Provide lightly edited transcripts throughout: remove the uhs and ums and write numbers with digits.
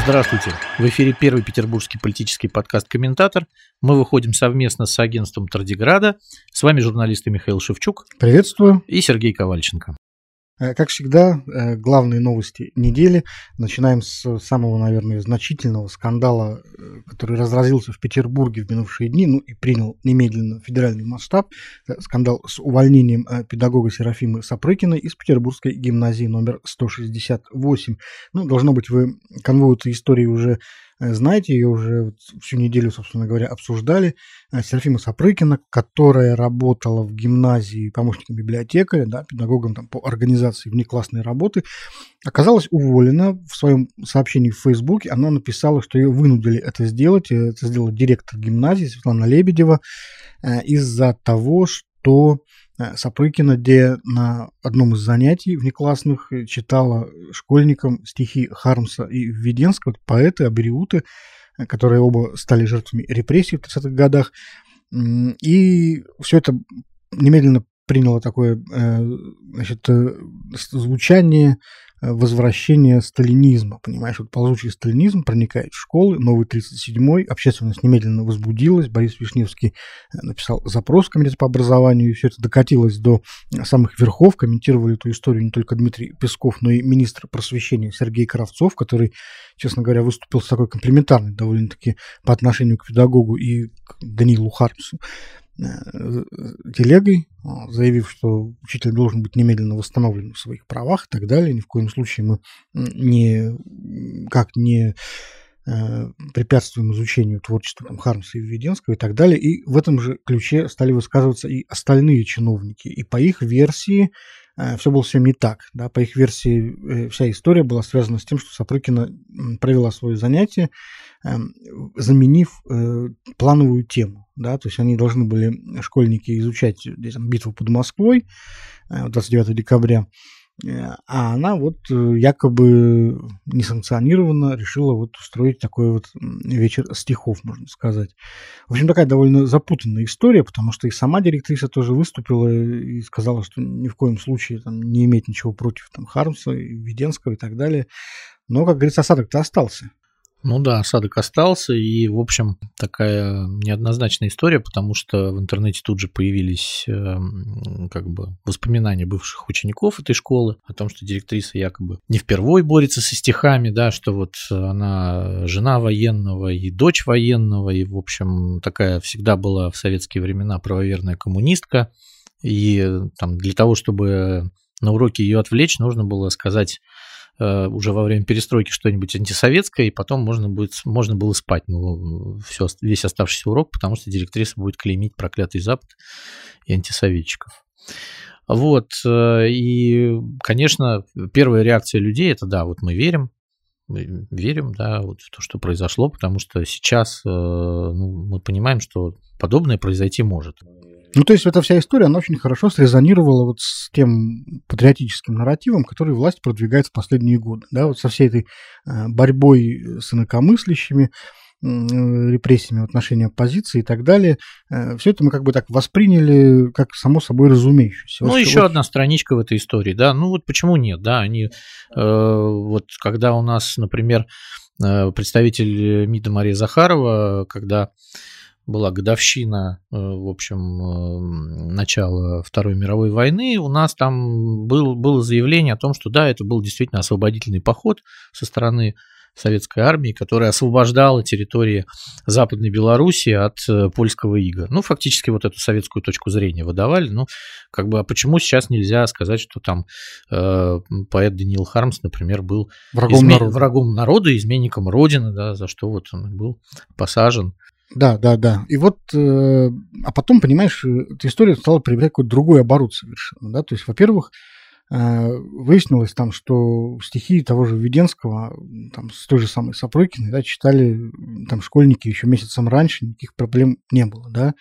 Здравствуйте. В эфире первый петербургский политический подкаст «Комментатор». Мы выходим совместно с агентством Тардиграда. С вами журналисты Михаил Шевчук. Приветствую. И Сергей Ковальченко. Как всегда, главные новости недели. Начинаем с самого, наверное, значительного скандала, который разразился в Петербурге в минувшие дни, и принял немедленно федеральный масштаб. Скандал с увольнением педагога Серафимы Сапрыкиной из Петербургской гимназии номер 168. Должно быть, вы конвой этой истории уже знаете, ее уже всю неделю, собственно говоря, обсуждали. Серафима Сапрыкина, которая работала в гимназии помощником библиотекаря, педагогом по организации внеклассной работы, оказалась уволена. В своем сообщении в Фейсбуке она написала, что ее вынудили это сделать. Это сделала директор гимназии Светлана Лебедева из-за того, что Сапрыкина, где на одном из занятий внеклассных читала школьникам стихи Хармса и Введенского, поэты, абориуты, которые оба стали жертвами репрессий в 30-х годах. И все это немедленно приняло такое звучание возвращения сталинизма. Понимаешь, ползучий сталинизм проникает в школы, новый 37-й, общественность немедленно возбудилась, Борис Вишневский написал запрос в комитет по образованию, и все это докатилось до самых верхов. Комментировали эту историю не только Дмитрий Песков, но и министр просвещения Сергей Кравцов, который, честно говоря, выступил с такой комплиментарной довольно-таки по отношению к педагогу и к Даниилу Хармсу телегой, заявив, что учитель должен быть немедленно восстановлен в своих правах и так далее. Ни в коем случае мы никак не препятствуем изучению творчества Хармса и Введенского и так далее. И в этом же ключе стали высказываться и остальные чиновники. И по их версии все было совсем не так. По их версии вся история была связана с тем, что Сапрыкина провела свое занятие, заменив плановую тему. То есть они должны были, школьники, изучать битву под Москвой 29 декабря, а она якобы несанкционированно решила устроить такой вечер стихов, можно сказать. В общем, такая довольно запутанная история, потому что и сама директриса тоже выступила и сказала, что ни в коем случае не имеет ничего против Хармса, Введенского и так далее. Но, как говорится, осадок-то остался. Осадок остался, и, в общем, такая неоднозначная история, потому что в интернете тут же появились воспоминания бывших учеников этой школы о том, что директриса якобы не впервой борется со стихами, что она жена военного и дочь военного, и, в общем, такая всегда была в советские времена правоверная коммунистка, и для того, чтобы на уроке ее отвлечь, нужно было сказать уже во время перестройки что-нибудь антисоветское, и потом можно было спать весь оставшийся урок, потому что директриса будет клеймить проклятый Запад и антисоветчиков. И, конечно, первая реакция людей – это мы верим в то, что произошло, потому что сейчас мы понимаем, что подобное произойти может. То есть эта вся история, она очень хорошо срезонировала с тем патриотическим нарративом, который власть продвигает в последние годы. Со всей этой борьбой с инакомыслящими, репрессиями в отношении оппозиции и так далее. Все это мы так восприняли как само собой разумеющееся. Еще одна страничка в этой истории, почему нет, они, когда у нас, например, представитель МИДа Мария Захарова, когда была годовщина, в общем, начала Второй мировой войны, у нас там было заявление о том, что это был действительно освободительный поход со стороны советской армии, которая освобождала территории Западной Белоруссии от польского ига. Фактически эту советскую точку зрения выдавали. А почему сейчас нельзя сказать, что там поэт Даниил Хармс, например, был врагом народа, изменником Родины, за что он был посажен. Да. И а потом, понимаешь, эта история стала приобретать какой-то другой оборот совершенно. То есть, во-первых, выяснилось что стихи того же Введенского, с той же самой Сапрыкиной, читали школьники еще месяцем раньше, никаких проблем не было,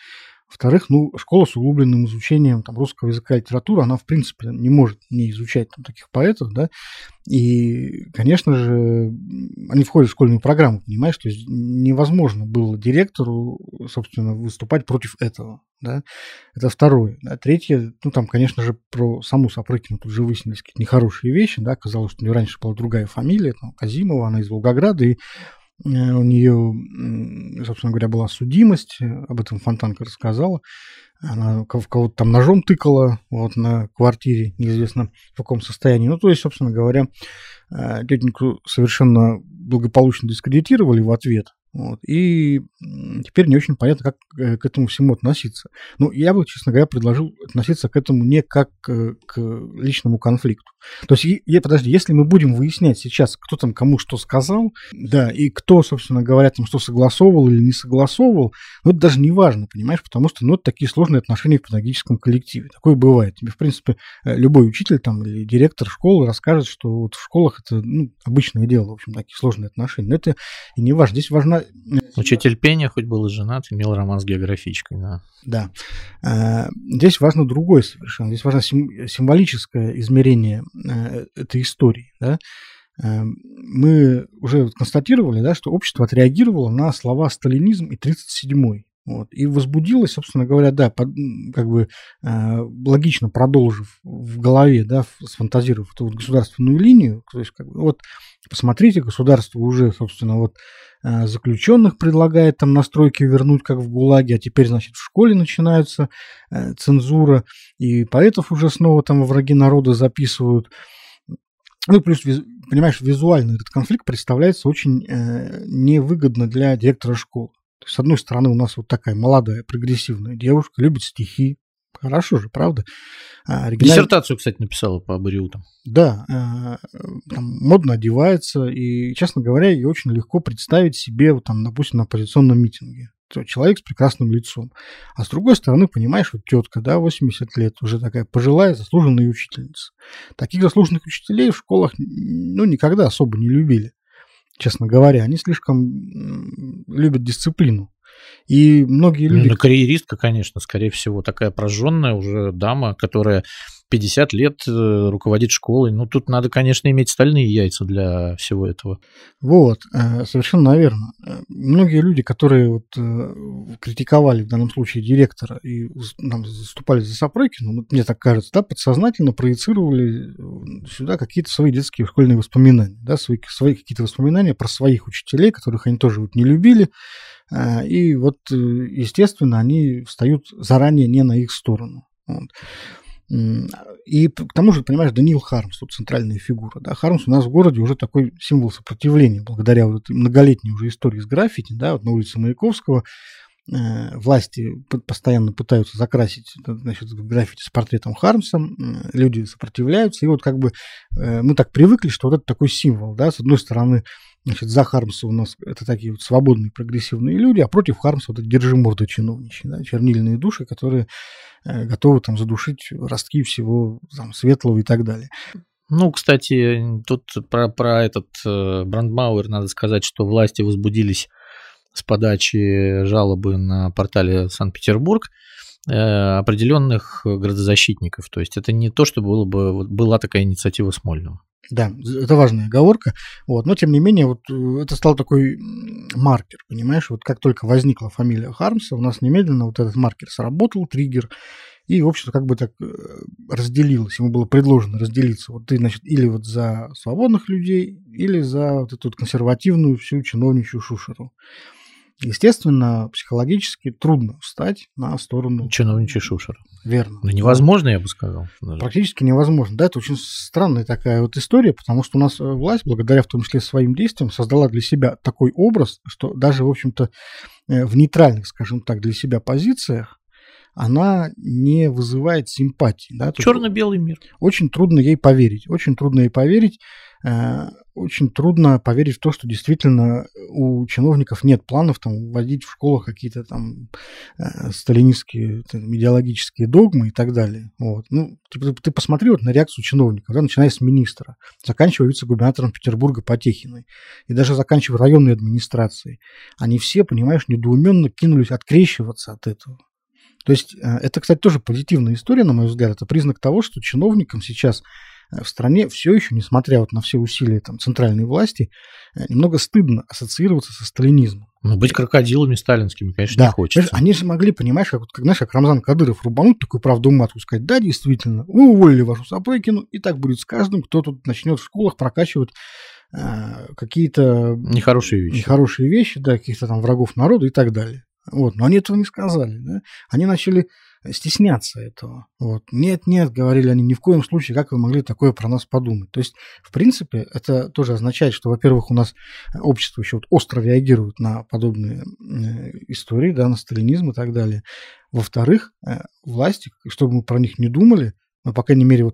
Во-вторых, школа с углубленным изучением там, русского языка и литературы, она, в принципе, не может не изучать там, таких поэтов, да, и, конечно же, они входят в школьную программу, понимаешь, то есть невозможно было директору, собственно, выступать против этого, да, это второе. Да. Третье, там, конечно же, про саму Сапрыкину тут же выяснились какие-то нехорошие вещи, да, оказалось, что у нее раньше была другая фамилия, там, Казимова, она из Волгограда, и у нее, собственно говоря, была судимость, об этом Фонтанка рассказала. Она в кого-то там ножом тыкала вот, на квартире, неизвестно в каком состоянии. То есть, собственно говоря, тетеньку совершенно благополучно дискредитировали в ответ. Вот, и теперь не очень понятно, как к этому всему относиться. Я бы, честно говоря, предложил относиться к этому не как к личному конфликту. То есть, если мы будем выяснять сейчас, кто там кому что сказал, да, и кто, собственно говоря, там что согласовывал или не согласовывал, это даже не важно, понимаешь, потому что, это такие сложные отношения в педагогическом коллективе. Такое бывает. Тебе, в принципе, любой учитель там или директор школы расскажет, что вот в школах это обычное дело, в общем, такие сложные отношения. Но это и не важно. Здесь важна... Учитель пения, хоть был и женат, имел роман с географичкой, да. Да. Здесь важно другое совершенно. Здесь важно символическое измерение этой истории, да. Мы уже констатировали, да, что общество отреагировало на слова «сталинизм» и «37-й». Вот, и возбудилось, собственно говоря, да, логично продолжив в голове, да, сфантазировав эту государственную линию, то есть, посмотрите, государство уже, собственно, заключенных предлагает там настройки вернуть, как в ГУЛАГе, а теперь, значит, в школе начинается цензура, и поэтов уже снова там во враги народа записывают. Плюс, понимаешь, визуально этот конфликт представляется очень невыгодно для директора школы. То есть, с одной стороны, у нас вот такая молодая, прогрессивная девушка, любит стихи. Хорошо же, правда? Диссертацию, кстати, написала по абориутам. Да, модно одевается, и, честно говоря, ее очень легко представить себе, допустим, на оппозиционном митинге. Человек с прекрасным лицом. А с другой стороны, понимаешь, тетка, да, 80 лет, уже такая пожилая, заслуженная учительница. Таких заслуженных учителей в школах, никогда особо не любили, честно говоря. Они слишком любят дисциплину. И многие люди... карьеристка, конечно, скорее всего, такая прожженная уже дама, которая 50 лет руководит школой. Тут надо, конечно, иметь стальные яйца для всего этого. Вот, совершенно верно. Многие люди, которые критиковали в данном случае директора и заступали за Сапрыкину, мне так кажется, да, подсознательно проецировали сюда какие-то свои детские школьные воспоминания, да, свои какие-то воспоминания про своих учителей, которых они тоже не любили. И естественно, они встают заранее не на их сторону. Вот. И к тому же, понимаешь, Даниил Хармс, центральная фигура. Да? Хармс у нас в городе уже такой символ сопротивления, благодаря этой многолетней уже истории с граффити, да, на улице Маяковского. Власти постоянно пытаются закрасить, значит, граффити с портретом Хармса, люди сопротивляются, и мы так привыкли, что это такой символ, да, с одной стороны, значит, за Хармса у нас это такие свободные прогрессивные люди, а против Хармса держи морды чиновничьи, да, чернильные души, которые готовы задушить ростки всего светлого и так далее. Кстати, тут про этот Брандмауэр надо сказать, что власти возбудились с подачи жалобы на портале Санкт-Петербург определенных градозащитников. То есть это не то, что была такая инициатива Смольного. Да, это важная оговорка. Но тем не менее, это стал такой маркер, понимаешь? Как только возникла фамилия Хармса, у нас немедленно этот маркер сработал, триггер, и общество так разделилось. Ему было предложено разделиться. Ты, значит, или за свободных людей, или за эту консервативную всю чиновничью шушеру. Естественно, психологически трудно встать на сторону... чиновничьей шушеры. Верно. Невозможно, я бы сказал. Даже. Практически невозможно. Да, это очень странная такая история, потому что у нас власть, благодаря в том числе своим действиям, создала для себя такой образ, что даже, в общем-то, в нейтральных, скажем так, для себя позициях она не вызывает симпатии. Да? Черно-белый мир. Очень трудно ей поверить. Очень трудно поверить в то, что действительно у чиновников нет планов вводить в школах какие-то сталинистские идеологические догмы и так далее. Ты посмотри на реакцию чиновников, да, начиная с министра, заканчивая вице-губернатором Петербурга Потехиной и даже заканчивая районной администрацией. Они все, понимаешь, недоуменно кинулись открещиваться от этого. То есть это, кстати, тоже позитивная история, на мой взгляд. Это признак того, что чиновникам сейчас в стране все еще, несмотря вот на все усилия там, центральной власти, немного стыдно ассоциироваться со сталинизмом. Ну, быть крокодилами сталинскими, конечно, не хочется. Они же могли, понимаешь, как Рамзан Кадыров рубануть такую правду матку, сказать, да, действительно, вы уволили вашу Сапрыкину, и так будет с каждым, кто тут начнет в школах прокачивать какие-то нехорошие вещи, да, каких-то там врагов народа и так далее. Вот. Но они этого не сказали. Да? Они начали стесняться этого. Вот. Нет, говорили они, ни в коем случае, как вы могли такое про нас подумать. То есть, в принципе, это тоже означает, что, во-первых, у нас общество еще вот остро реагирует на подобные истории, да, на сталинизм и так далее. Во-вторых, власти, чтобы мы про них не думали, ну, по крайней мере, вот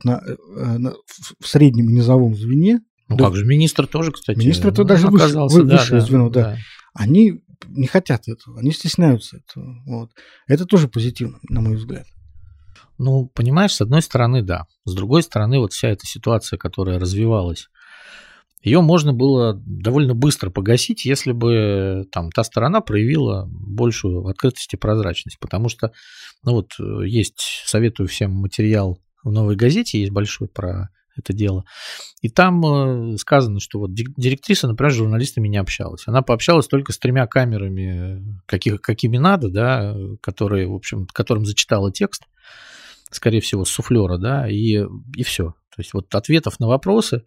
в среднем и низовом звене. Ну, да, как же, министр тоже, кстати. Министр это даже высшее звено, да. Они не хотят этого, они стесняются этого. Вот. Это тоже позитивно, на мой взгляд. Ну, понимаешь, с одной стороны, да. С другой стороны, вот вся эта ситуация, которая развивалась, ее можно было довольно быстро погасить, если бы там та сторона проявила большую открытость и прозрачность. Потому что, ну вот, советую всем материал в «Новой газете», есть большой про это дело. И там сказано, что вот директриса, например, с журналистами не общалась. Она пообщалась только с 3 камерами, какими надо, да, которые, в общем, которым зачитала текст, скорее всего, с суфлера, да, и все. То есть вот ответов на вопросы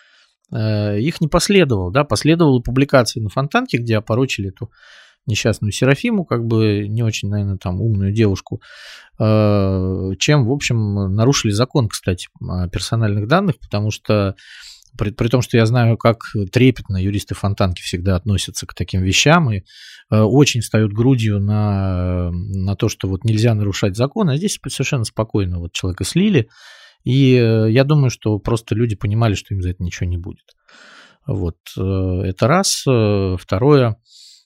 их не последовало, да, последовала публикация на Фонтанке, где опорочили эту несчастную Серафиму, как бы не очень, наверное, там умную девушку, чем, в общем, нарушили закон, кстати, о персональных данных, потому что при том, что я знаю, как трепетно юристы Фонтанки всегда относятся к таким вещам и очень встают грудью на то, что вот нельзя нарушать закон, а здесь совершенно спокойно вот человека слили, и я думаю, что просто люди понимали, что им за это ничего не будет. Вот, это раз. Второе,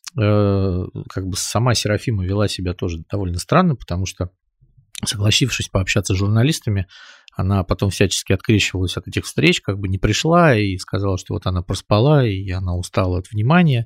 как бы сама Серафима вела себя тоже довольно странно, потому что, согласившись пообщаться с журналистами, она потом всячески открещивалась от этих встреч, как бы не пришла и сказала, что вот она проспала, и она устала от внимания.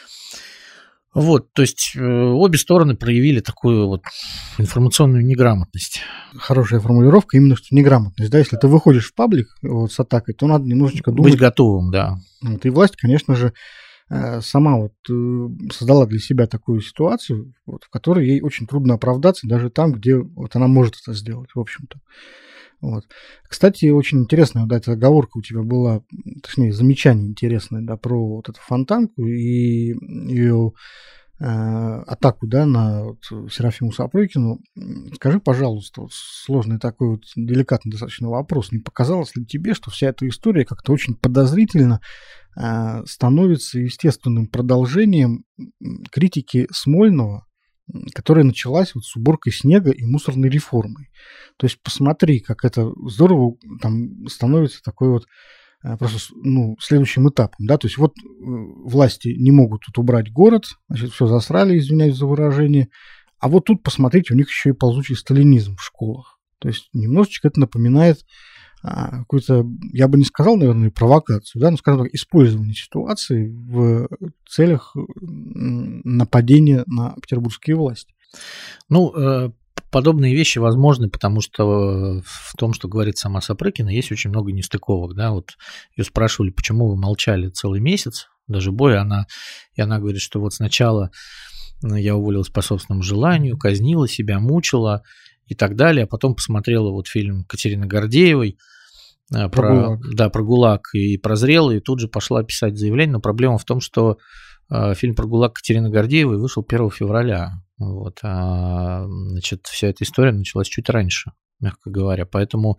Вот, то есть обе стороны проявили такую вот информационную неграмотность. Хорошая формулировка, именно что неграмотность. Да, если ты выходишь в паблик вот, с атакой, то надо немножечко думать. Быть готовым, да. Вот, и власть, конечно же, сама вот создала для себя такую ситуацию, вот, в которой ей очень трудно оправдаться, даже там, где вот она может это сделать, в общем-то. Вот. Кстати, очень интересная, да, эта оговорка у тебя была, точнее, замечание интересное, да, про вот эту Фонтанку и ее атаку, да, на вот Серафиму Сапрыкину. Скажи, пожалуйста, вот сложный такой вот деликатный достаточно вопрос. Не показалось ли тебе, что вся эта история как-то очень подозрительно становится естественным продолжением критики Смольного, которая началась вот с уборкой снега и мусорной реформой? То есть посмотри, как это здорово там становится такой вот просто следующим этапом, да, то есть вот власти не могут тут убрать город, значит, все засрали, извиняюсь за выражение, а вот тут, посмотрите, у них еще и ползучий сталинизм в школах. То есть немножечко это напоминает какую-то, я бы не сказал, наверное, провокацию, да, но, скажем так, использование ситуации в целях нападения на петербургские власти. Ну, подобные вещи возможны, потому что в том, что говорит сама Сапрыкина, есть очень много нестыковок, да, вот ее спрашивали, почему вы молчали целый месяц, даже более, и она говорит, что вот сначала я уволилась по собственному желанию, казнила себя, мучила и так далее, а потом посмотрела вот фильм Катерины Гордеевой про ГУЛАГ и прозрела, и тут же пошла писать заявление, но проблема в том, что фильм про ГУЛАГ Катерины Гордеевой вышел 1 февраля, вот, значит, вся эта история началась чуть раньше, мягко говоря, поэтому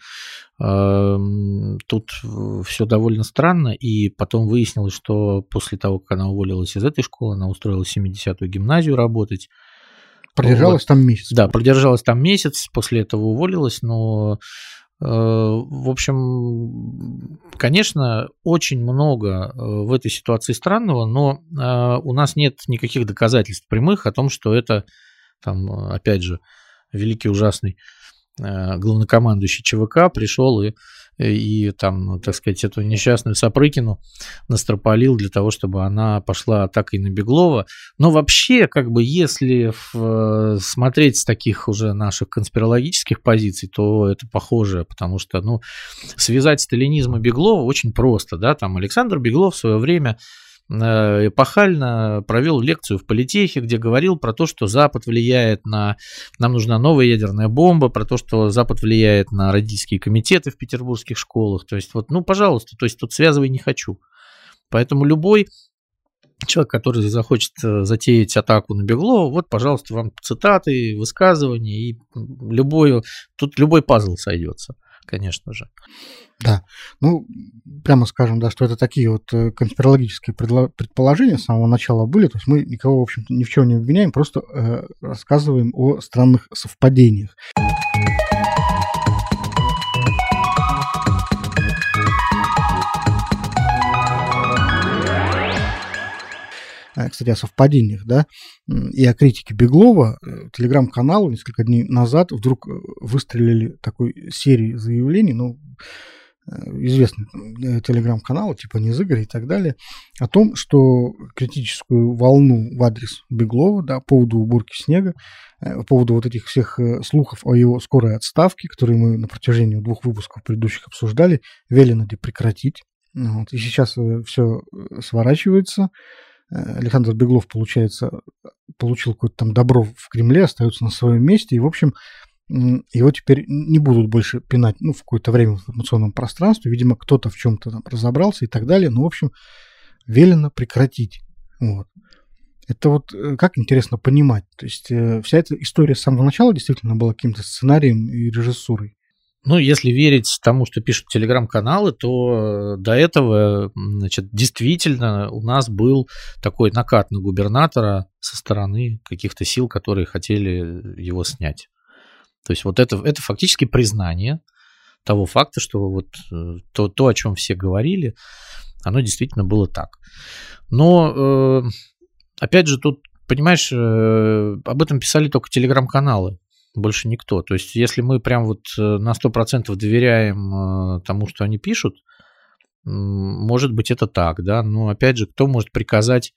тут все довольно странно, и потом выяснилось, что после того, как она уволилась из этой школы, она устроилась в 70-ю гимназию работать. Продержалась там месяц. Да, продержалась там месяц, после этого уволилась, но, в общем, конечно, очень много в этой ситуации странного, но у нас нет никаких доказательств прямых о том, что это, там, опять же, великий ужасный главнокомандующий ЧВК пришел и и там, так сказать, эту несчастную Сапрыкину настропалил для того, чтобы она пошла атакой на Беглова. Но вообще, как бы, если смотреть с таких уже наших конспирологических позиций, то это похоже, потому что, ну, связать сталинизм и Беглова очень просто, да, там Александр Беглов в свое время эпохально провел лекцию в политехе, где говорил про то, что Запад влияет на... Нам нужна новая ядерная бомба, про то, что Запад влияет на родительские комитеты в петербургских школах. То есть, вот, ну, пожалуйста, то есть тут связывай не хочу. Поэтому любой человек, который захочет затеять атаку на Беглова, вот, пожалуйста, вам цитаты, высказывания, и тут любой пазл сойдется, конечно же. Да, ну, прямо скажем, да, что это такие вот конспирологические предположения с самого начала были, то есть мы никого, в общем-то, ни в чем не обвиняем, просто рассказываем о странных совпадениях. Кстати, о совпадениях, да, и о критике Беглова. Телеграм-канал несколько дней назад вдруг выстрелили такой серией заявлений, ну, известный телеграм-канал, типа Низыгорь и так далее, о том, что критическую волну в адрес Беглова, да, по поводу уборки снега, по поводу вот этих всех слухов о его скорой отставке, которые мы на протяжении 2 выпусков предыдущих обсуждали, велено прекратить. Вот. И сейчас все сворачивается. Александр Беглов, получается, получил какое-то там добро в Кремле, остается на своем месте, и, в общем, его теперь не будут больше пинать, ну, в какое-то время в информационном пространстве, видимо, кто-то в чем-то там разобрался и так далее, ну, в общем, велено прекратить. Вот. Это вот как интересно понимать, то есть вся эта история с самого начала действительно была каким-то сценарием и режиссурой. Ну, если верить тому, что пишут телеграм-каналы, то до этого, значит, действительно у нас был такой накат на губернатора со стороны каких-то сил, которые хотели его снять. То есть вот это фактически признание того факта, что вот то, о чем все говорили, оно действительно было так. Но, опять же, тут, понимаешь, об этом писали только телеграм-каналы. Больше никто. То есть, если мы прям вот на 100% доверяем тому, что они пишут, может быть, это так, да, но, опять же, кто может приказать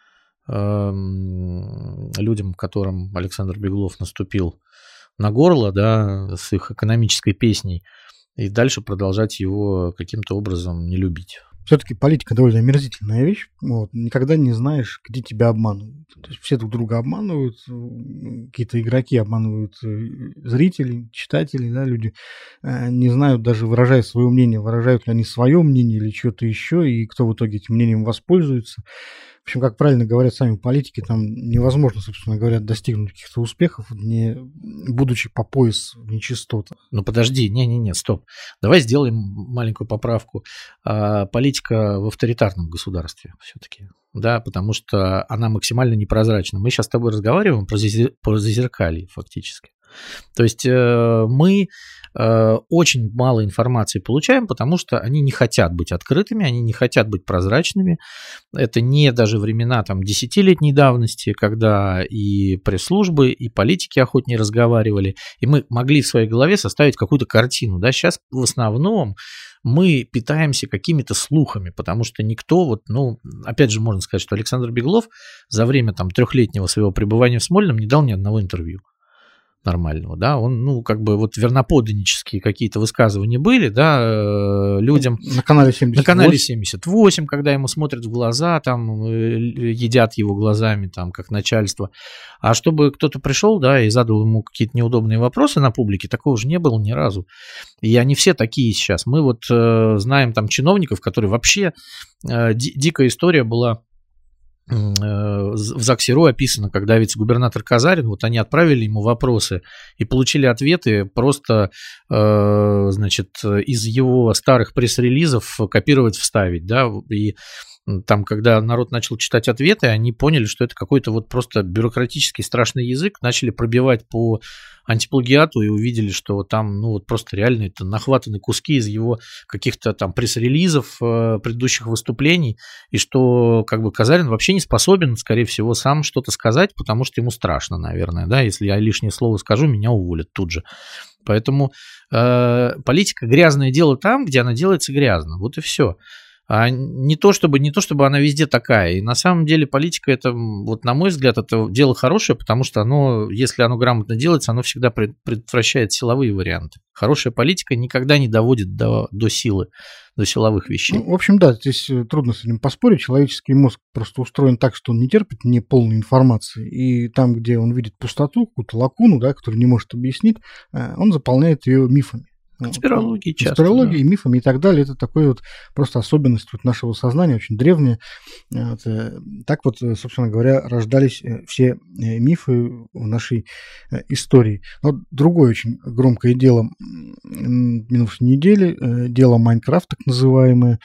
людям, которым Александр Беглов наступил на горло, да, с их экономической песней, и дальше продолжать его каким-то образом не любить? Все-таки политика довольно омерзительная вещь. Вот. Никогда не знаешь, где тебя обманывают. То есть все друг друга обманывают, какие-то игроки обманывают зрителей, читателей, да, люди не знают, даже выражая свое мнение, выражают ли они свое мнение или что-то еще, и кто в итоге этим мнением воспользуется. В общем, как правильно говорят сами политики, там невозможно, собственно говоря, достигнуть каких-то успехов, не будучи по пояс в нечистотах. Ну подожди, не, стоп. Давай сделаем маленькую поправку. Политика в авторитарном государстве все-таки, да, потому что она максимально непрозрачна. Мы сейчас с тобой разговариваем про зазеркалье фактически. То есть мы очень мало информации получаем, потому что они не хотят быть открытыми, они не хотят быть прозрачными. Это не даже времена там 10-летней давности, когда и пресс-службы, и политики охотнее разговаривали, и мы могли в своей голове составить какую-то картину. Да? Сейчас в основном мы питаемся какими-то слухами, потому что никто, вот, ну, опять же, можно сказать, что Александр Беглов за время там 3-летнего своего пребывания в Смольном не дал ни одного интервью нормального, да, он, ну, как бы вот верноподданнические какие-то высказывания были, да, людям... На канале 78. На канале 78, когда ему смотрят в глаза, там, едят его глазами, там, как начальство. А чтобы кто-то пришел, да, и задал ему какие-то неудобные вопросы на публике, такого уже не было ни разу. И они все такие сейчас. Мы вот знаем там чиновников, которые вообще... Дикая история была... В ЗАГСе.ру описано, когда вице-губернатор Казарин, вот они отправили ему вопросы и получили ответы просто, значит, из его старых пресс-релизов копировать, вставить, да, и Там, когда народ начал читать ответы, они поняли, что это какой-то вот просто бюрократический страшный язык, начали пробивать по антиплагиату и увидели, что там, ну, вот просто реально это нахватаны куски из его каких-то там пресс-релизов, предыдущих выступлений, и что как бы Казарин вообще не способен, скорее всего, сам что-то сказать, потому что ему страшно, наверное, да, если я лишнее слово скажу, меня уволят тут же. Поэтому политика грязное дело там, где она делается грязно, вот и все. А не то чтобы она везде такая. И на самом деле политика, это, вот на мой взгляд, это дело хорошее, потому что оно, если оно грамотно делается, оно всегда предотвращает силовые варианты. Хорошая политика никогда не доводит до силы, до силовых вещей. Ну, в общем, да, здесь трудно с этим поспорить. Человеческий мозг просто устроен так, что он не терпит неполной информации. И там, где он видит пустоту, какую-то лакуну, да, которую не может объяснить, он заполняет ее мифами. Конспирологией часто. Конспирологией, да. Мифами и так далее. Это такой вот просто особенность вот нашего сознания, очень древняя. Вот, так вот, собственно говоря, рождались все мифы в нашей истории. Но другое очень громкое дело минувшей недели, дело Майнкрафт, так называемое,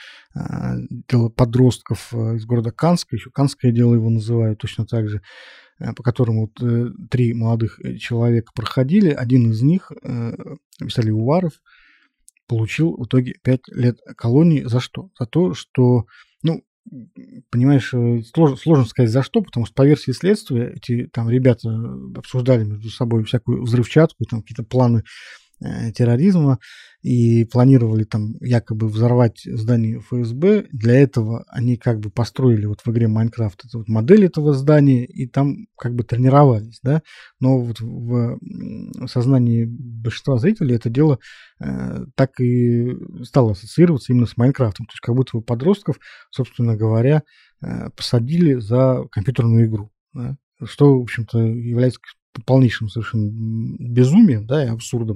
дело подростков из города Канска, еще Канское дело его называют точно так же, по которому вот 3 молодых человека проходили. Один из них, Виталий Уваров, получил в итоге 5 лет колонии. За что? За то, что, ну, понимаешь, сложно сказать за что, потому что по версии следствия эти там ребята обсуждали между собой всякую взрывчатку, там какие-то планы терроризма и планировали там якобы взорвать здание ФСБ. Для этого они как бы построили вот в игре Майнкрафт эту вот модель этого здания и там как бы тренировались, да. Но вот в сознании большинства зрителей это дело так и стало ассоциироваться именно с Майнкрафтом. То есть как будто бы подростков, собственно говоря, посадили за компьютерную игру, да? Что, в общем-то, является полнейшим совершенно безумием, да, и абсурдом.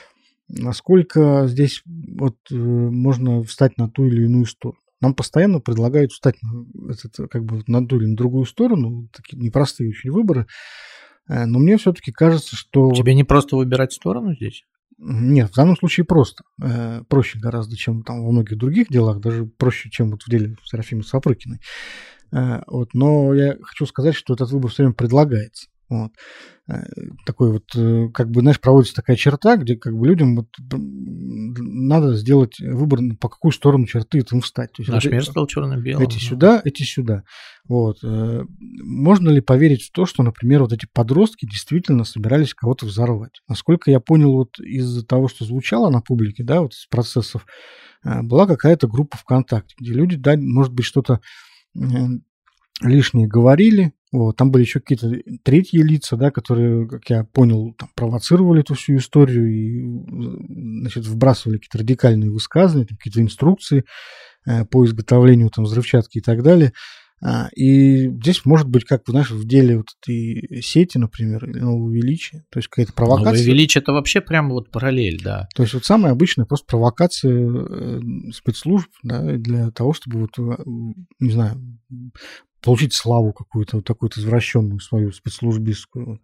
Насколько здесь вот можно встать на ту или иную сторону. Нам постоянно предлагают встать как бы на ту или на другую сторону, такие непростые очень выборы, но мне все-таки кажется, что... Тебе не просто выбирать сторону здесь? Нет, в данном случае просто. Проще гораздо, чем там во многих других делах, даже проще, чем вот в деле Серафимы Сапрыкиной. Вот, но я хочу сказать, что этот выбор все время предлагается. Вот. Такой вот, как бы, знаешь, проводится такая черта, где как бы людям вот надо сделать выбор, по какую сторону черты им встать. То есть наш мир стал черно-белым. Эти сюда, эти сюда. Вот. Можно ли поверить в то, что, например, вот эти подростки действительно собирались кого-то взорвать? Насколько я понял, вот из-за того, что звучало на публике, да, вот из процессов, была какая-то группа ВКонтакте, где люди, да, может быть, что-то лишнее говорили. Вот, там были еще какие-то третьи лица, да, которые, как я понял, там, провоцировали эту всю историю и, значит, вбрасывали какие-то радикальные высказывания, какие-то инструкции по изготовлению там, взрывчатки и так далее. И здесь может быть, как, знаешь, в деле вот этой сети, например, или Нового Величия, то есть какая-то провокация. Новое Величие – это вообще прямо вот параллель, да. То есть вот самая обычная просто провокация спецслужб, да, для того, чтобы вот, не знаю, получить славу какую-то, вот такую-то извращенную свою спецслужбистскую.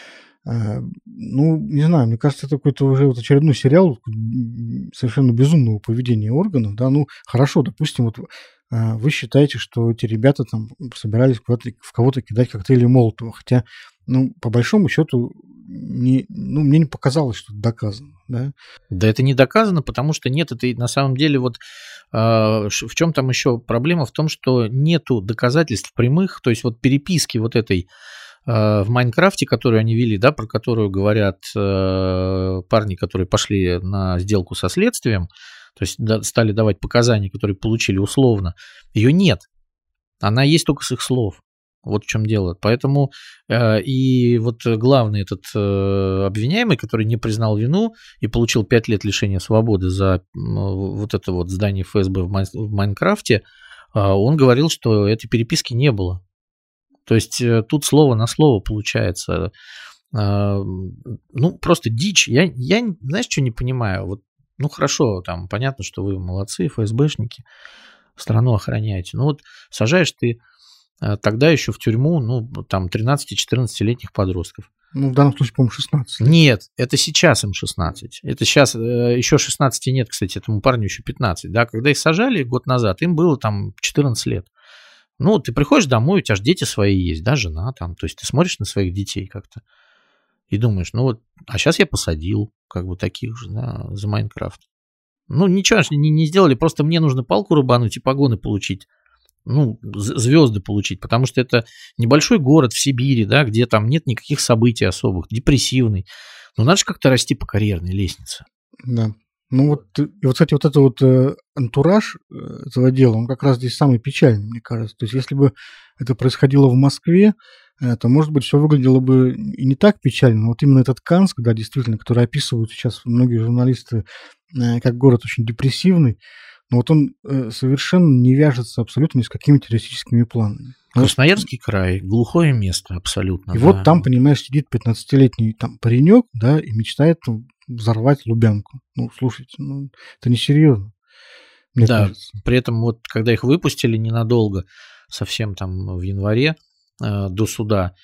Ну, не знаю, мне кажется, это какой-то уже вот очередной сериал совершенно безумного поведения органов, да, ну, хорошо, допустим, вот вы считаете, что эти ребята там собирались в кого-то кидать коктейли Молотова, хотя, ну, по большому счету, мне не показалось, что это доказано, да? Да, это не доказано, потому что нет, это на самом деле вот в чем там еще проблема? В том, что нету доказательств прямых, то есть вот переписки вот этой в Майнкрафте, которую они вели, да, про которую говорят парни, которые пошли на сделку со следствием, то есть стали давать показания, которые получили условно, ее нет. Она есть только с их слов. Вот в чем дело. Поэтому и вот главный этот обвиняемый, который не признал вину и получил 5 лет лишения свободы за вот это вот здание ФСБ в Майнкрафте, он говорил, что этой переписки не было. То есть тут слово на слово получается. Ну, просто дичь. Я знаешь, что не понимаю? Вот, ну, хорошо, там понятно, что вы молодцы, ФСБшники, страну охраняете. Ну, вот сажаешь ты тогда еще в тюрьму, ну, там, 13-14-летних подростков. Ну, в данном случае, по-моему, 16. Нет, это сейчас им 16. Это сейчас еще 16 нет, кстати, этому парню еще 15. Да? Когда их сажали год назад, им было там 14 лет. Ну, ты приходишь домой, у тебя же дети свои есть, да, жена там, то есть ты смотришь на своих детей как-то и думаешь, ну вот, а сейчас я посадил как бы таких же, да, за Майнкрафт. Ну, ничего ж не сделали, просто мне нужно палку рубануть и погоны получить, ну, звезды получить, потому что это небольшой город в Сибири, да, где там нет никаких событий особых, депрессивный. Ну, надо же как-то расти по карьерной лестнице. Да. Ну вот, и вот, кстати, вот это вот антураж этого дела, он как раз здесь самый печальный, мне кажется. То есть, если бы это происходило в Москве, то, может быть, все выглядело бы и не так печально. Но вот именно этот Канск, да, действительно, который описывают сейчас многие журналисты как город очень депрессивный, но вот он совершенно не вяжется абсолютно ни с какими террористическими планами. Красноярский край, глухое место абсолютно. И да. вот там, понимаешь, сидит 15-летний там паренек, да, и мечтает взорвать Лубянку. Ну, слушайте, ну, это несерьезно, мне кажется. При этом вот, когда их выпустили ненадолго, совсем там в январе до суда,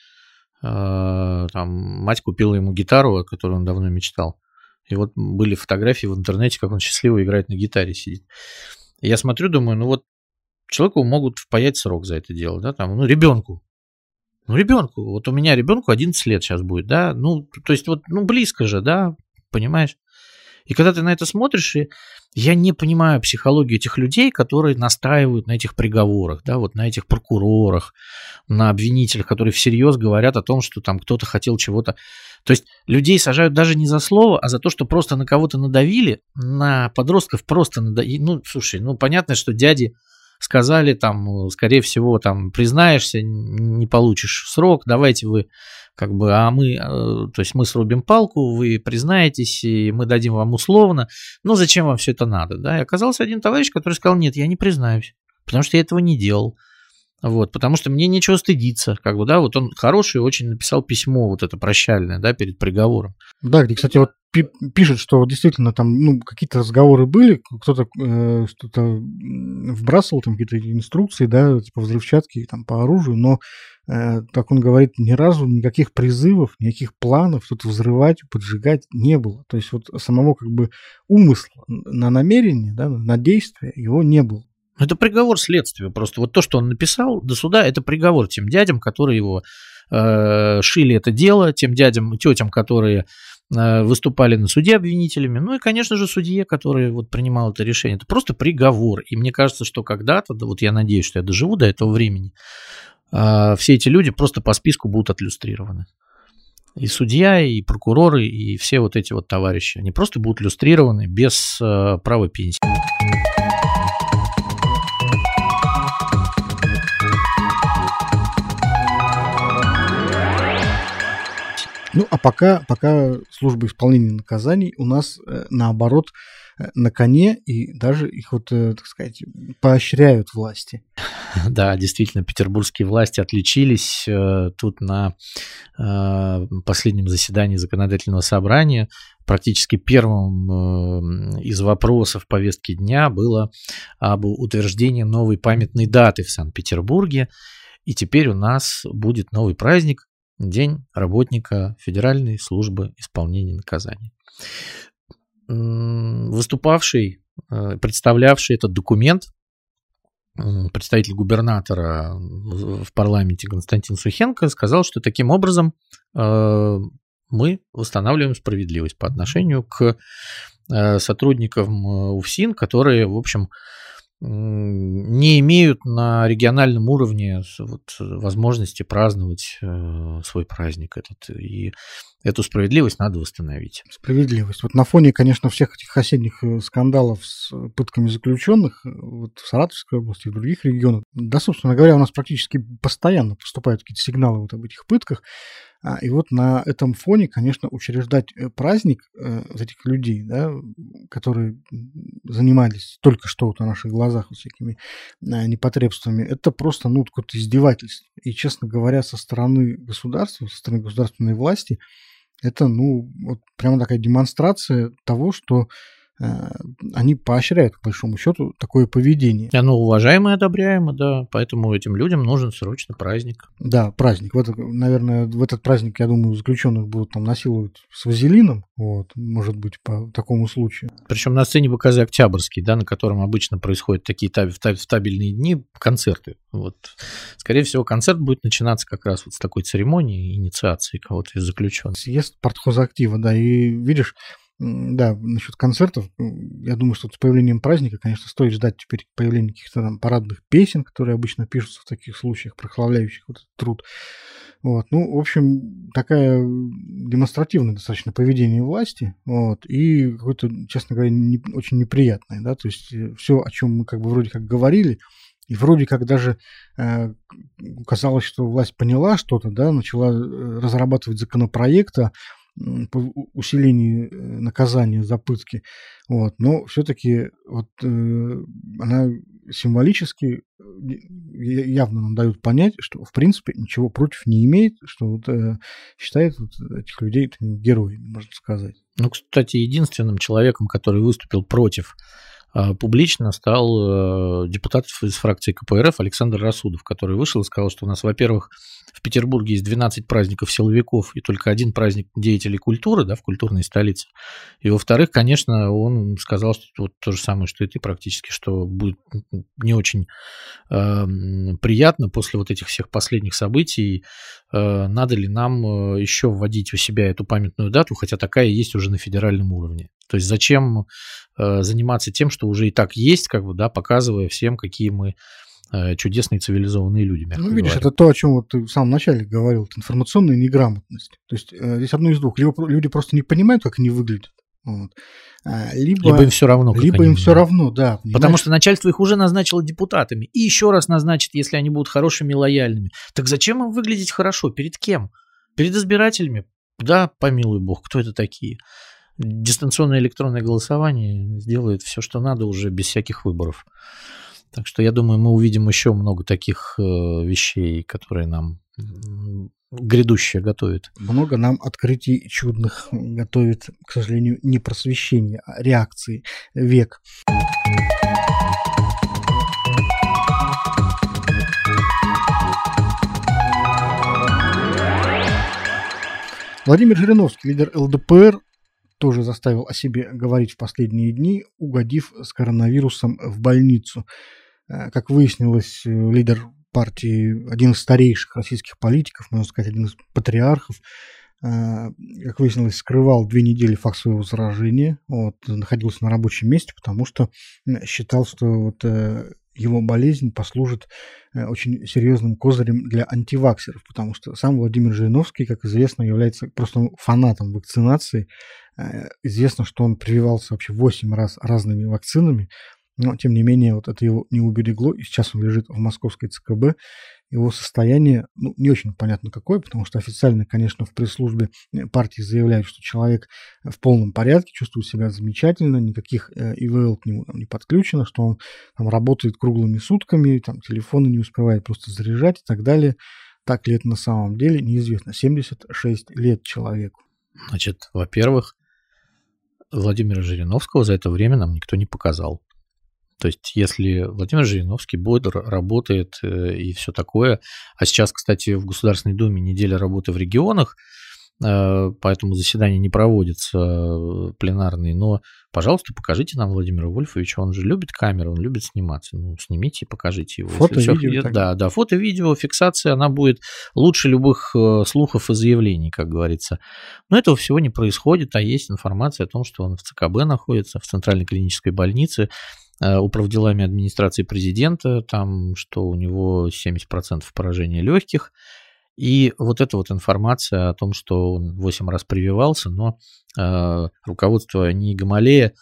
там мать купила ему гитару, о которой он давно мечтал. И вот были фотографии в интернете, как он счастливо играет на гитаре, сидит. И я смотрю, думаю, ну вот человеку могут впаять срок за это дело, да, там, ну, ребенку. Ну, ребенку. Вот у меня ребенку 11 лет сейчас будет, да, ну, то есть вот, ну, близко же, да, понимаешь? И когда ты на это смотришь, и я не понимаю психологию этих людей, которые настаивают на этих приговорах, да, вот на этих прокурорах, на обвинителях, которые всерьез говорят о том, что там кто-то хотел чего-то. То есть людей сажают даже не за слово, а за то, что просто на кого-то надавили, на подростков просто надавили. Ну, слушай, ну, понятно, что дяди сказали там, скорее всего, там, признаешься, не получишь срок, давайте вы как бы, а мы, то есть мы срубим палку, вы признаетесь, и мы дадим вам условно, ну, зачем вам все это надо, да, и оказался один товарищ, который сказал, нет, я не признаюсь, потому что я этого не делал, вот, потому что мне нечего стыдиться, как бы, да, вот он хороший очень написал письмо вот это прощальное, да, перед приговором. Да, где, кстати, вот пишет, что действительно там, ну, какие-то разговоры были, кто-то что-то вбрасывал, там какие-то инструкции, да, типа взрывчатки там по оружию, но, как он говорит, ни разу никаких призывов, никаких планов что-то взрывать, поджигать не было. То есть вот самого как бы умысла на намерение, да, на действие его не было. Это приговор следствию. Просто вот то, что он написал до суда, это приговор тем дядям, которые его шили это дело, тем дядям и тетям, которые выступали на суде обвинителями, ну и, конечно же, судье, который вот принимал это решение. Это просто приговор. И мне кажется, что когда-то, да, вот я надеюсь, что я доживу до этого времени, все эти люди просто по списку будут отлюстрированы. И судья, и прокуроры, и все вот эти вот товарищи, они просто будут люстрированы без права пенсии. Ну, а пока служба исполнения наказаний у нас, наоборот, на коне, и даже их вот, так сказать, поощряют власти. Да, действительно, петербургские власти отличились тут на последнем заседании законодательного собрания. Практически первым из вопросов повестки дня было об утверждении новой памятной даты в Санкт-Петербурге. И теперь у нас будет новый праздник – День работника Федеральной службы исполнения наказаний. Выступавший, представлявший этот документ, представитель губернатора в парламенте Константин Сухенко сказал, что таким образом мы восстанавливаем справедливость по отношению к сотрудникам УФСИН, которые, в общем, не имеют на региональном уровне вот возможности праздновать свой праздник этот. И эту справедливость надо восстановить. Справедливость. Вот на фоне, конечно, всех этих осенних скандалов с пытками заключенных вот в Саратовской области и в других регионах, да, собственно говоря, у нас практически постоянно поступают какие-то сигналы вот об этих пытках. И вот на этом фоне, конечно, учреждать праздник этих людей, да, которые занимались только что вот на наших глазах вот всякими непотребствами, это просто, ну, какое-то издевательство. И, честно говоря, со стороны государства, со стороны государственной власти, это, ну, вот прямо такая демонстрация того, что они поощряют, по большому счету, такое поведение. Оно уважаемо и одобряемо, да, поэтому этим людям нужен срочно праздник. Да, праздник. Наверное, в этот праздник, я думаю, заключенных будут там насиловать с вазелином, вот, может быть, по такому случаю. Причем на сцене БКЗ «Октябрьский», да, на котором обычно происходят такие в табельные дни концерты. Вот. Скорее всего, концерт будет начинаться как раз вот с такой церемонии инициации кого-то из заключенных. Съезд партхозактива, да, и видишь, да, насчет концертов, я думаю, что с появлением праздника, конечно, стоит ждать теперь появления каких-то там парадных песен, которые обычно пишутся в таких случаях, прославляющих вот этот труд. Вот. Ну, в общем, такая демонстративное достаточно поведение власти, вот, и какое-то, честно говоря, очень неприятное, да, то есть все, о чем мы как бы вроде как говорили, и вроде как даже казалось, что власть поняла что-то, да, начала разрабатывать законопроекты по усилению наказания за пытки, вот, но все-таки вот она символически явно нам дают понять, что в принципе ничего против не имеет, что вот, считает вот этих людей героями, можно сказать. Ну, кстати, единственным человеком, который выступил против публично, стал депутат из фракции КПРФ Александр Рассудов, который вышел и сказал, что у нас, во-первых, в Петербурге есть 12 праздников силовиков и только один праздник деятелей культуры, да, в культурной столице. И, во-вторых, конечно, он сказал, что вот то же самое, что и ты практически, что будет не очень приятно после вот этих всех последних событий, надо ли нам еще вводить у себя эту памятную дату, хотя такая есть уже на федеральном уровне. То есть зачем заниматься тем, что уже и так есть, как бы, да, показывая всем, какие мы чудесные цивилизованные люди, мягко говоря. Видишь, говоря. это то, о чем вот ты в самом начале говорил, это информационная неграмотность. То есть здесь одно из двух. Либо люди просто не понимают, как они выглядят, вот, либо им все равно. Либо им все равно, да. Понимаешь? Потому что начальство их уже назначило депутатами. И еще раз назначит, если они будут хорошими и лояльными. Так зачем им выглядеть хорошо? Перед кем? Перед избирателями? Да, помилуй бог, кто это такие? Дистанционное электронное голосование сделает все, что надо, уже без всяких выборов. Так что я думаю, мы увидим еще много таких вещей, которые нам грядущее готовит. Много нам открытий чудных готовит, к сожалению, не просвещение, а реакции век. Владимир Жириновский, лидер ЛДПР, тоже заставил о себе говорить в последние дни, угодив с коронавирусом в больницу. Как выяснилось, лидер партии, один из старейших российских политиков, можно сказать, один из патриархов, как выяснилось, скрывал 2 недели факт своего заражения, вот, находился на рабочем месте, потому что считал, что вот его болезнь послужит очень серьезным козырем для антиваксеров, потому что сам Владимир Жириновский, как известно, является просто фанатом вакцинации. Известно, что он прививался вообще 8 раз разными вакцинами, но, тем не менее, вот это его не уберегло, и сейчас он лежит в московской ЦКБ. Его состояние, не очень понятно какое, потому что официально, конечно, в пресс-службе партии заявляют, что человек в полном порядке, чувствует себя замечательно, никаких ИВЛ к нему там не подключено, что он там работает круглыми сутками, там телефоны не успевает просто заряжать и так далее. Так ли это на самом деле, неизвестно. 76 лет человеку. Значит, во-первых, Владимира Жириновского за это время нам никто не показал. То есть, если Владимир Жириновский бодр, работает и все такое, а сейчас, кстати, в Государственной Думе неделя работы в регионах, поэтому заседания не проводятся пленарные, но, пожалуйста, покажите нам Владимира Вольфовича, он же любит камеру, он любит сниматься, снимите и покажите его. Фото, видео. Да, фото, видео, фиксация, она будет лучше любых слухов и заявлений, как говорится. Но этого всего не происходит, а есть информация о том, что он в ЦКБ находится, в Центральной клинической больнице, управделами администрации президента, там, что у него 70% поражения легких. И вот эта вот информация о том, что он 8 раз прививался, но руководство НИИ Гамалея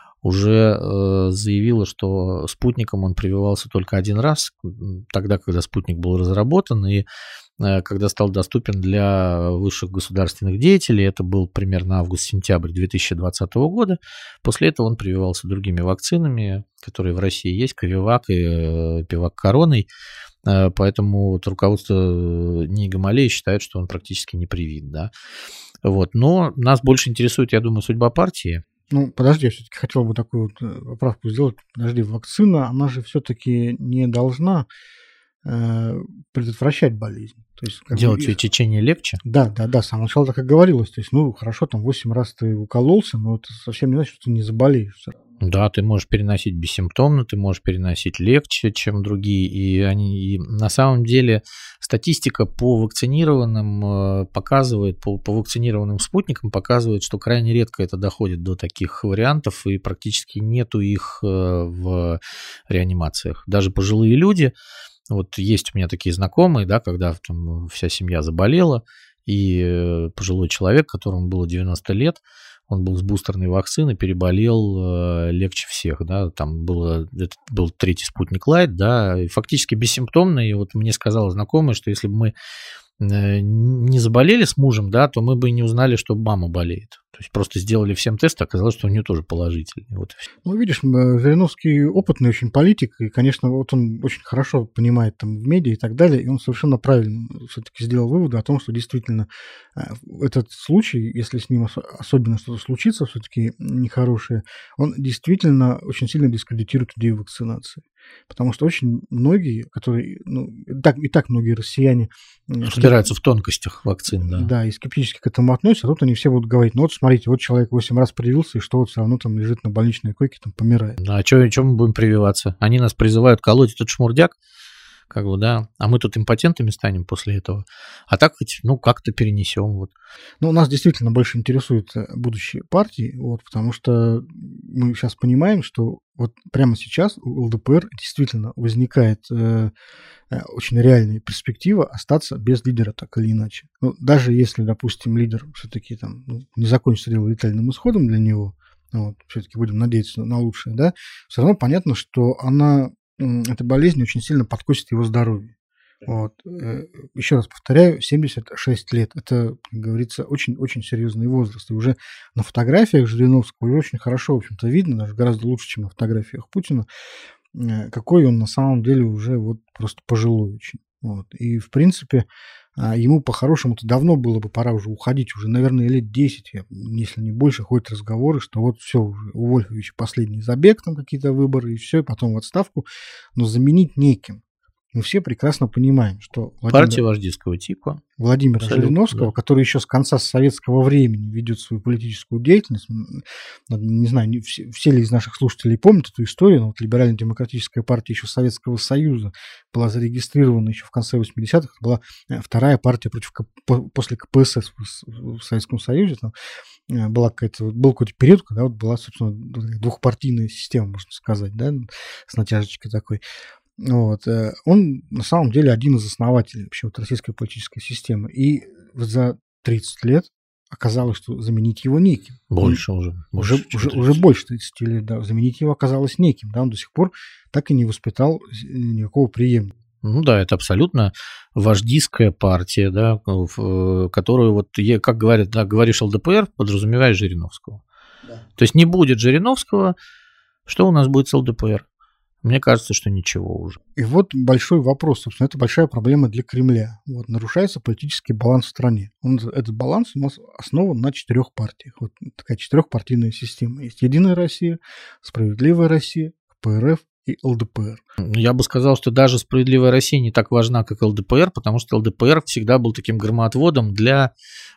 уже заявило, что спутником он прививался только 1 раз, тогда, когда спутник был разработан, и когда стал доступен для высших государственных деятелей, это был примерно август-сентябрь 2020 года. После этого он прививался другими вакцинами, которые в России есть, Ковивак и Пивак Короной. Поэтому вот руководство НИИ Гамалея считает, что он практически не привит. Да? Вот. Но нас больше интересует, я думаю, судьба партии. Ну, подожди, я все-таки хотел бы такую вот поправку сделать. Подожди, вакцина, она же все-таки не должна предотвращать болезнь. То есть, Делать ее течение легче? Да, с самого начала так и говорилось. То есть, ну, хорошо, там 8 раз ты укололся, но это совсем не значит, что ты не заболеешь. Да, ты можешь переносить бессимптомно, ты можешь переносить легче, чем другие. И на самом деле статистика по вакцинированным показывает, по вакцинированным спутникам показывает, что крайне редко это доходит до таких вариантов, и практически нету их в реанимациях. Даже пожилые люди, вот есть у меня такие знакомые, да, когда там вся семья заболела, и пожилой человек, которому было 90 лет, он был с бустерной вакцины, переболел легче всех, да, там это был третий спутник Лайт, да, и фактически бессимптомный, и вот мне сказала знакомая, что если бы мы не заболели с мужем, да, то мы бы и не узнали, что мама болеет. То есть просто сделали всем тест, оказалось, что у нее тоже положительный. Вот и все. Ну, видишь, Жириновский опытный очень политик, и, конечно, вот он очень хорошо понимает там в медиа и так далее, и он совершенно правильно все-таки сделал выводы о том, что действительно этот случай, если с ним особенно что-то случится все-таки нехорошее, он действительно очень сильно дискредитирует идею вакцинации. Потому что очень многие, которые, ну, и так многие россияне разбираются в тонкостях вакцин, да. Да, и скептически к этому относятся, а тут они все будут говорить, ну вот смотрите, вот человек 8 раз привился, и что вот все равно там лежит на больничной койке, там помирает. Да, а что мы будем прививаться? Они нас призывают колоть этот шмурдяк, как бы, да, а мы тут импотентами станем после этого. А так хоть, ну, как-то перенесем. Вот. Ну, нас действительно больше интересует будущее партии, вот, потому что мы сейчас понимаем, что вот прямо сейчас у ЛДПР действительно возникает очень реальная перспектива остаться без лидера, так или иначе. Ну, даже если, допустим, лидер все-таки там не закончится дело летальным исходом для него, вот, все-таки будем надеяться на лучшее, да, все равно понятно, что эта болезнь очень сильно подкосит его здоровье. Вот. Еще раз повторяю, 76 лет. Это, как говорится, очень-очень серьезный возраст. И уже на фотографиях Жириновского уже очень хорошо, в общем-то, видно, даже гораздо лучше, чем на фотографиях Путина, какой он на самом деле уже вот просто пожилой очень. Вот. И, в принципе, ему по-хорошему-то давно было бы пора уже уходить, уже, наверное, лет 10, если не больше, ходят разговоры, что вот все, уже у Вольфовича последний забег, там какие-то выборы, и все, и потом в отставку, но заменить неким. Мы все прекрасно понимаем, что партия вождистского типа Владимира Жириновского, да, который еще с конца советского времени ведет свою политическую деятельность, не знаю, все ли из наших слушателей помнят эту историю, но вот Либерально-демократическая партия еще Советского Союза была зарегистрирована еще в конце 80-х, была вторая партия после КПСС в Советском Союзе, там был какой-то период, когда вот была, собственно, двухпартийная система, можно сказать, да, с натяжечкой такой. Вот. Он на самом деле один из основателей вообще вот российской политической системы. И за 30 лет оказалось, что заменить его неким. Больше уже больше 30 лет, да. Заменить его оказалось неким. Да, он до сих пор так и не воспитал никакого преемника. Ну да, это абсолютно вождистская партия, да, которую, вот, как говорят, да, говоришь ЛДПР, подразумеваешь Жириновского. Да. То есть не будет Жириновского, что у нас будет с ЛДПР? Мне кажется, что ничего уже. И вот большой вопрос, собственно, это большая проблема для Кремля. Вот, нарушается политический баланс в стране. Этот баланс у нас основан на 4 партиях. Вот такая 4-партийная система. Есть Единая Россия, Справедливая Россия, КПРФ и ЛДПР. Я бы сказал, что даже Справедливая Россия не так важна, как ЛДПР, потому что ЛДПР всегда был таким громоотводом для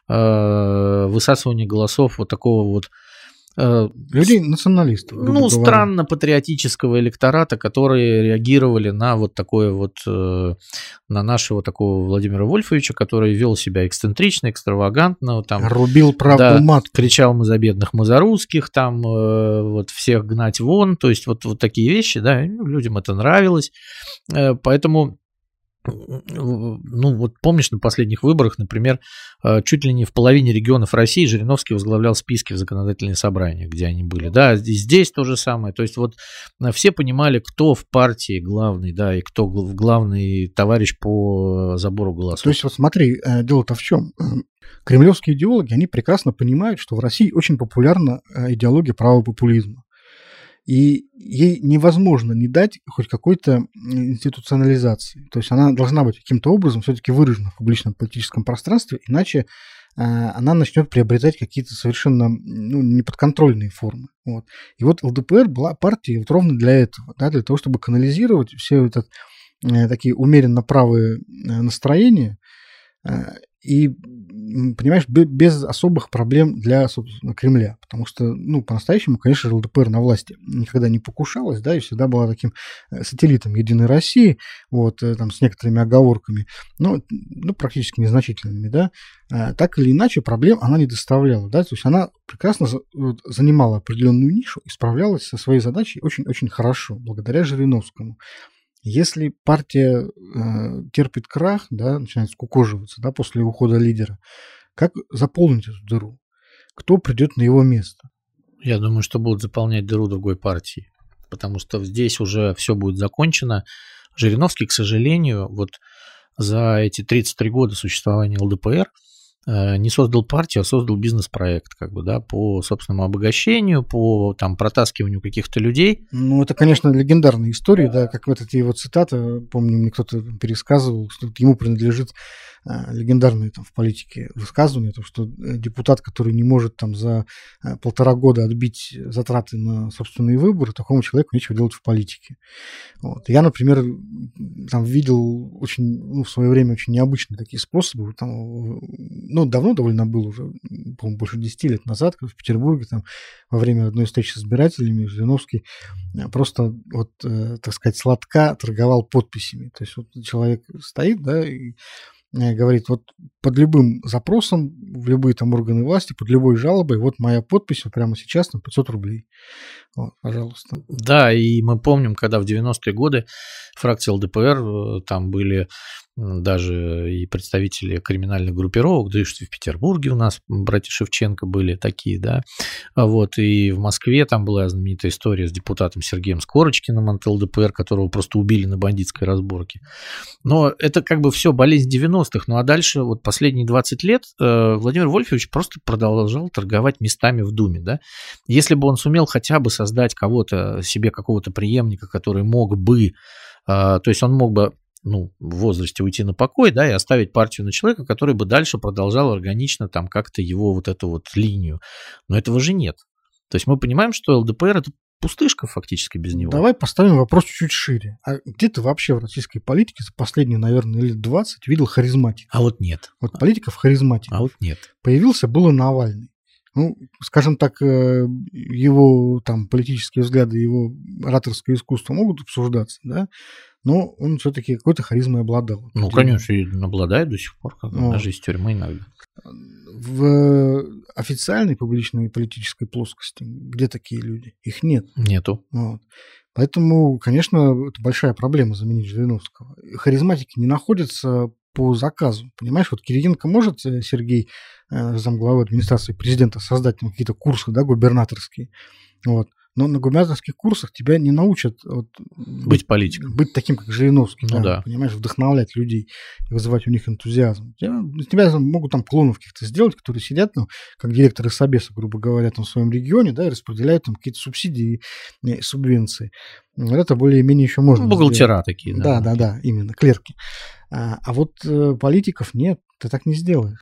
высасывания голосов вот такого вот людей националистов. Ну, странно-патриотического электората, которые реагировали на вот такое вот, на нашего такого Владимира Вольфовича, который вел себя эксцентрично, экстравагантно. Там, рубил правду да, мат. Кричал: мы за бедных, мы за русских, там вот всех гнать вон. То есть вот такие вещи, да, людям это нравилось. Поэтому... Ну, вот помнишь, на последних выборах, например, чуть ли не в половине регионов России Жириновский возглавлял списки в законодательные собрания, где они были, да, и здесь то же самое, то есть вот все понимали, кто в партии главный, да, и кто главный товарищ по забору голосов. То есть вот смотри, дело-то в чем? Кремлевские идеологи, они прекрасно понимают, что в России очень популярна идеология правопопулизма. И ей невозможно не дать хоть какой-то институционализации. То есть она должна быть каким-то образом все-таки выражена в публичном политическом пространстве, иначе она начнет приобретать какие-то совершенно неподконтрольные формы. Вот. И вот ЛДПР была партией вот ровно для этого, да, для того, чтобы канализировать все такие умеренно правые настроения, и, понимаешь, без особых проблем для, собственно, Кремля. Потому что, по-настоящему, конечно, ЛДПР на власти никогда не покушалась, да, и всегда была таким сателлитом Единой России, вот, там, с некоторыми оговорками, но практически незначительными, да. Так или иначе, проблем она не доставляла, да, то есть она прекрасно занимала определенную нишу и справлялась со своей задачей очень-очень хорошо, благодаря Жириновскому. Если партия терпит крах, да, начинает скукоживаться, да, после ухода лидера, как заполнить эту дыру? Кто придет на его место? Я думаю, что будут заполнять дыру другой партии, потому что здесь уже все будет закончено. Жириновский, к сожалению, вот за эти 33 года существования ЛДПР не создал партию, а создал бизнес-проект, как бы, да, по собственному обогащению, по там протаскиванию каких-то людей. Ну, это, конечно, легендарная история, да, как вот эти его цитаты, помню, мне кто-то пересказывал, что ему принадлежит легендарные там в политике высказывания, то, что депутат, который не может там за 1,5 года отбить затраты на собственные выборы, такому человеку нечего делать в политике. Вот. Я, например, там видел очень, в свое время очень необычные такие способы. Там, давно довольно было уже, по-моему, больше 10 лет назад, в Петербурге, там, во время одной встречи с избирателями Жириновский просто, вот, так сказать, сладко торговал подписями. То есть вот человек стоит, да, и говорит, вот под любым запросом в любые там органы власти, под любой жалобой, вот моя подпись вот прямо сейчас на 500 рублей. Вот, пожалуйста. Да, и мы помним, когда в 90-е годы фракции ЛДПР, там были даже и представители криминальных группировок, да и что в Петербурге у нас братья Шевченко были такие, да, вот, и в Москве там была знаменитая история с депутатом Сергеем Скорочкиным от ЛДПР, которого просто убили на бандитской разборке. Но это как бы все болезнь 90-х, ну а дальше вот последние 20 лет Владимир Вольфович просто продолжал торговать местами в Думе, да. Если бы он сумел хотя бы создать кого-то, себе какого-то преемника, который мог бы, то есть он мог бы в возрасте уйти на покой, да, и оставить партию на человека, который бы дальше продолжал органично там как-то его вот эту вот линию. Но этого же нет. То есть мы понимаем, что ЛДПР – это пустышка фактически без него. Давай поставим вопрос чуть шире. А где ты вообще в российской политике за последние, наверное, лет 20 видел харизматика? А вот нет. Вот политиков харизматиков. А вот нет. Появился было Навальный. Скажем так, его там политические взгляды, его ораторское искусство могут обсуждаться, да, но он все-таки какой-то харизмой обладал. Конечно, и обладает до сих пор, даже из тюрьмы иногда. В официальной публичной политической плоскости где такие люди? Их нет. Нету. Вот. Поэтому, конечно, это большая проблема заменить Жириновского. Харизматики не находятся по заказу. Понимаешь, вот Кириенко может, Сергей, замглавы администрации президента, создать там какие-то курсы, да, губернаторские. Вот. Но на губернаторских курсах тебя не научат быть политиком. Быть таким, как Жириновский. Да. Понимаешь, вдохновлять людей и вызывать у них энтузиазм. Тебя могут там клонов каких-то сделать, которые сидят, как директоры Собеса, грубо говоря, там в своем регионе, да, и распределяют там какие-то субсидии и субвенции. Вот это более-менее еще можно бухгалтера сделать. такие. Да, именно, клерки. А вот политиков нет, ты так не сделаешь.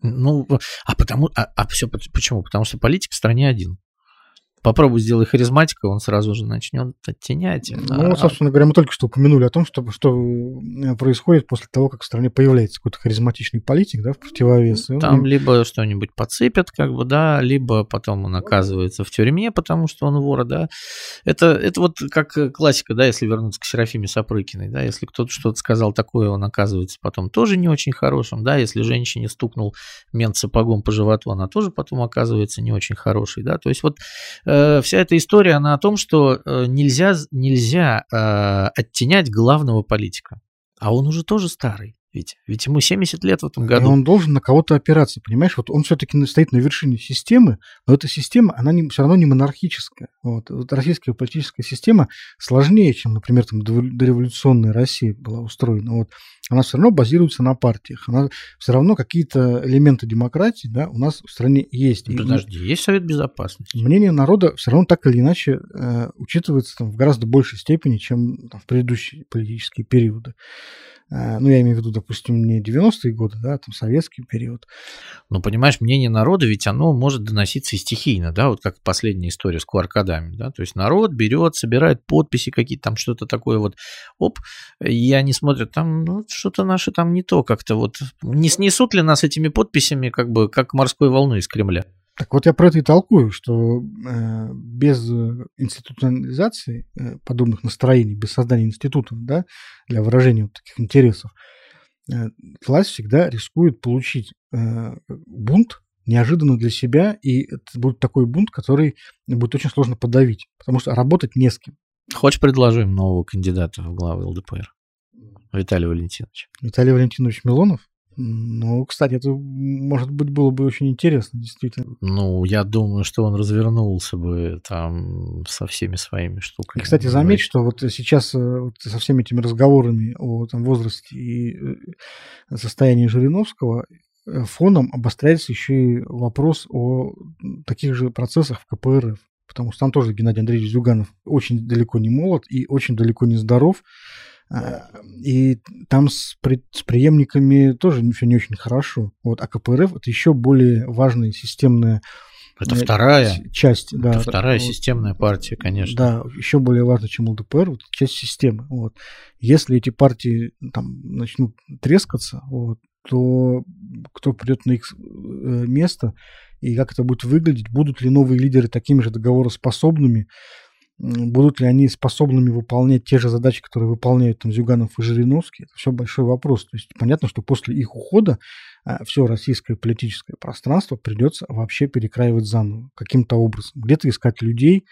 Все почему? Потому что политик в стране один. Попробуй сделай харизматика, он сразу же начнет оттенять. Собственно говоря, мы только что упомянули о том, что происходит после того, как в стране появляется какой-то харизматичный политик, да, в противовес. Там либо что-нибудь подсыпят, да, либо потом он оказывается в тюрьме, потому что он вор, да. Это вот как классика, да, если вернуться к Серафиме Сапрыкиной, да, если кто-то что-то сказал такое, он оказывается потом тоже не очень хорошим, да, если женщине стукнул мент сапогом по животу, она тоже потом оказывается не очень хорошей, да, то есть вот вся эта история, она о том, что нельзя оттенять главного политика. А он уже тоже старый. Ведь ему 70 лет в этом году. И он должен на кого-то опираться, понимаешь? Вот он все-таки стоит на вершине системы, но эта система, она все равно не монархическая. Вот российская политическая система сложнее, чем, например, там, дореволюционная Россия была устроена. Вот. Она все равно базируется на партиях. Она все равно какие-то элементы демократии, да, у нас в стране есть. Подожди, есть Совет Безопасности. Мнение народа все равно так или иначе учитывается там, в гораздо большей степени, чем там, в предыдущие политические периоды. Ну, я имею в виду, допустим, не 90-е годы, да, там советский период. Ну, понимаешь, мнение народа, ведь оно может доноситься и стихийно, да, вот как последняя история с QR-кодами, да, то есть народ берет, собирает подписи какие-то, там что-то такое вот, оп, и они смотрят, там, ну, что-то наше там не то как-то вот, не снесут ли нас этими подписями как бы, как морской волной из Кремля? Так вот я про это и толкую, что без институционализации подобных настроений, без создания институтов, да, для выражения вот таких интересов, власть всегда рискует получить бунт неожиданно для себя, и это будет такой бунт, который будет очень сложно подавить, потому что работать не с кем. Хочешь, предложим нового кандидата в главы ЛДПР? Виталий Валентинович. Виталий Валентинович Милонов? Ну, кстати, это, может быть, было бы очень интересно, действительно. Ну, я думаю, что он развернулся бы там со всеми своими штуками. И, кстати, заметь, что вот сейчас вот со всеми этими разговорами о там, возрасте и состоянии Жириновского фоном обостряется еще и вопрос о таких же процессах в КПРФ. Потому что там тоже Геннадий Андреевич Зюганов очень далеко не молод и очень далеко не здоров. И там с преемниками тоже все не очень хорошо. Вот, а КПРФ – это еще более важная системная это вторая часть. Это да, вторая вот, системная партия, конечно. Да, еще более важно, чем ЛДПР, вот, часть системы. Вот. Если эти партии там, начнут трескаться, вот, то кто придет на их место и как это будет выглядеть, будут ли новые лидеры такими же договороспособными, будут ли они способными выполнять те же задачи, которые выполняют там Зюганов и Жириновский, это все большой вопрос. То есть понятно, что после их ухода все российское политическое пространство придется вообще перекраивать заново каким-то образом. Где-то искать людей,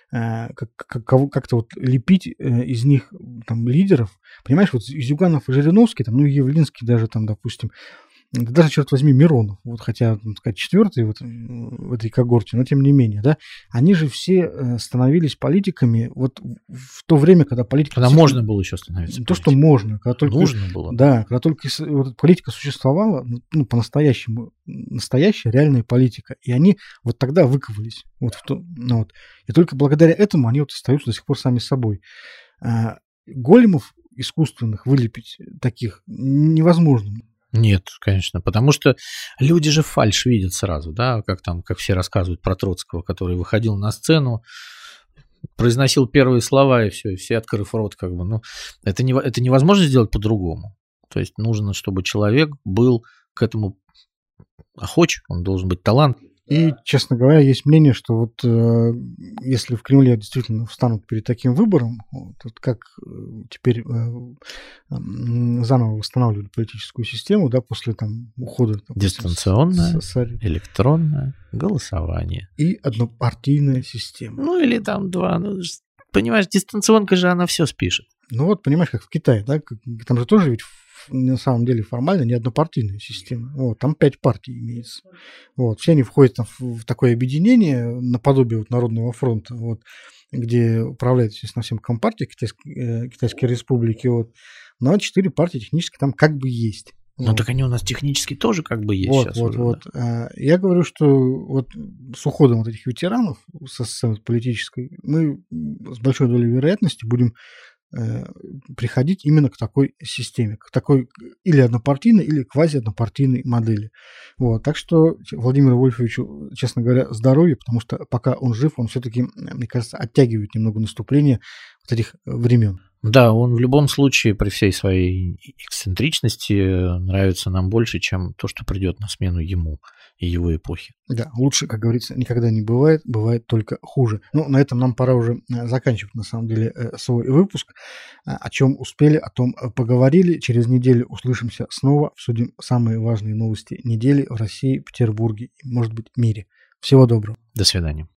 как-то вот лепить из них там лидеров. Понимаешь, вот Зюганов и Жириновский, там, ну, Явлинский даже там, допустим, да даже, черт возьми, Миронов, вот хотя, так сказать, четвертый вот в этой когорте, но тем не менее, да, они же все становились политиками вот в то время, когда политика... Когда можно было еще становиться. То, что можно. Когда только, нужно было. Да, когда только вот политика существовала, ну, по-настоящему, настоящая реальная политика, и они вот тогда выковались. Вот ну, вот. И только благодаря этому они вот остаются до сих пор сами собой. Големов искусственных вылепить таких невозможно. Нет, конечно, потому что люди же фальшь видят сразу, да, как все рассказывают про Троцкого, который выходил на сцену, произносил первые слова, и все, открыв рот, как бы, ну, это невозможно сделать по-другому. То есть нужно, чтобы человек был к этому охоч, он должен быть талантлив. И, честно говоря, есть мнение, что вот если в Кремле действительно встанут перед таким выбором, вот как теперь заново восстанавливают политическую систему, да, после там ухода... Дистанционное, электронное голосование. И однопартийная система. Ну, или там два. Ну, понимаешь, дистанционка же, она все спишет. Ну вот, понимаешь, как в Китае, да, там же тоже ведь на самом деле формально не однопартийная система. Вот, там 5 партий имеется. Вот, все они входят там в такое объединение наподобие вот Народного фронта, вот, где управляет, естественно, всем Компартия Китайской Республики. Вот. Но 4 партии технически там как бы есть. Ну, вот. Так они у нас технически тоже как бы есть вот, сейчас. Вот, уже, вот. Да. Я говорю, что вот с уходом вот этих ветеранов со сцены политической мы с большой долей вероятности будем приходить именно к такой системе, к такой или однопартийной, или квази-однопартийной модели. Вот. Так что Владимиру Вольфовичу, честно говоря, здоровья, потому что пока он жив, он все-таки, мне кажется, оттягивает немного наступление вот этих времен. Да, он в любом случае при всей своей эксцентричности нравится нам больше, чем то, что придет на смену ему и его эпохи. Да, лучше, как говорится, никогда не бывает, бывает только хуже. Ну, на этом нам пора уже заканчивать, на самом деле, свой выпуск. О чем успели, о том поговорили. Через неделю услышимся снова, обсудим самые важные новости недели в России, Петербурге и, может быть, мире. Всего доброго. До свидания.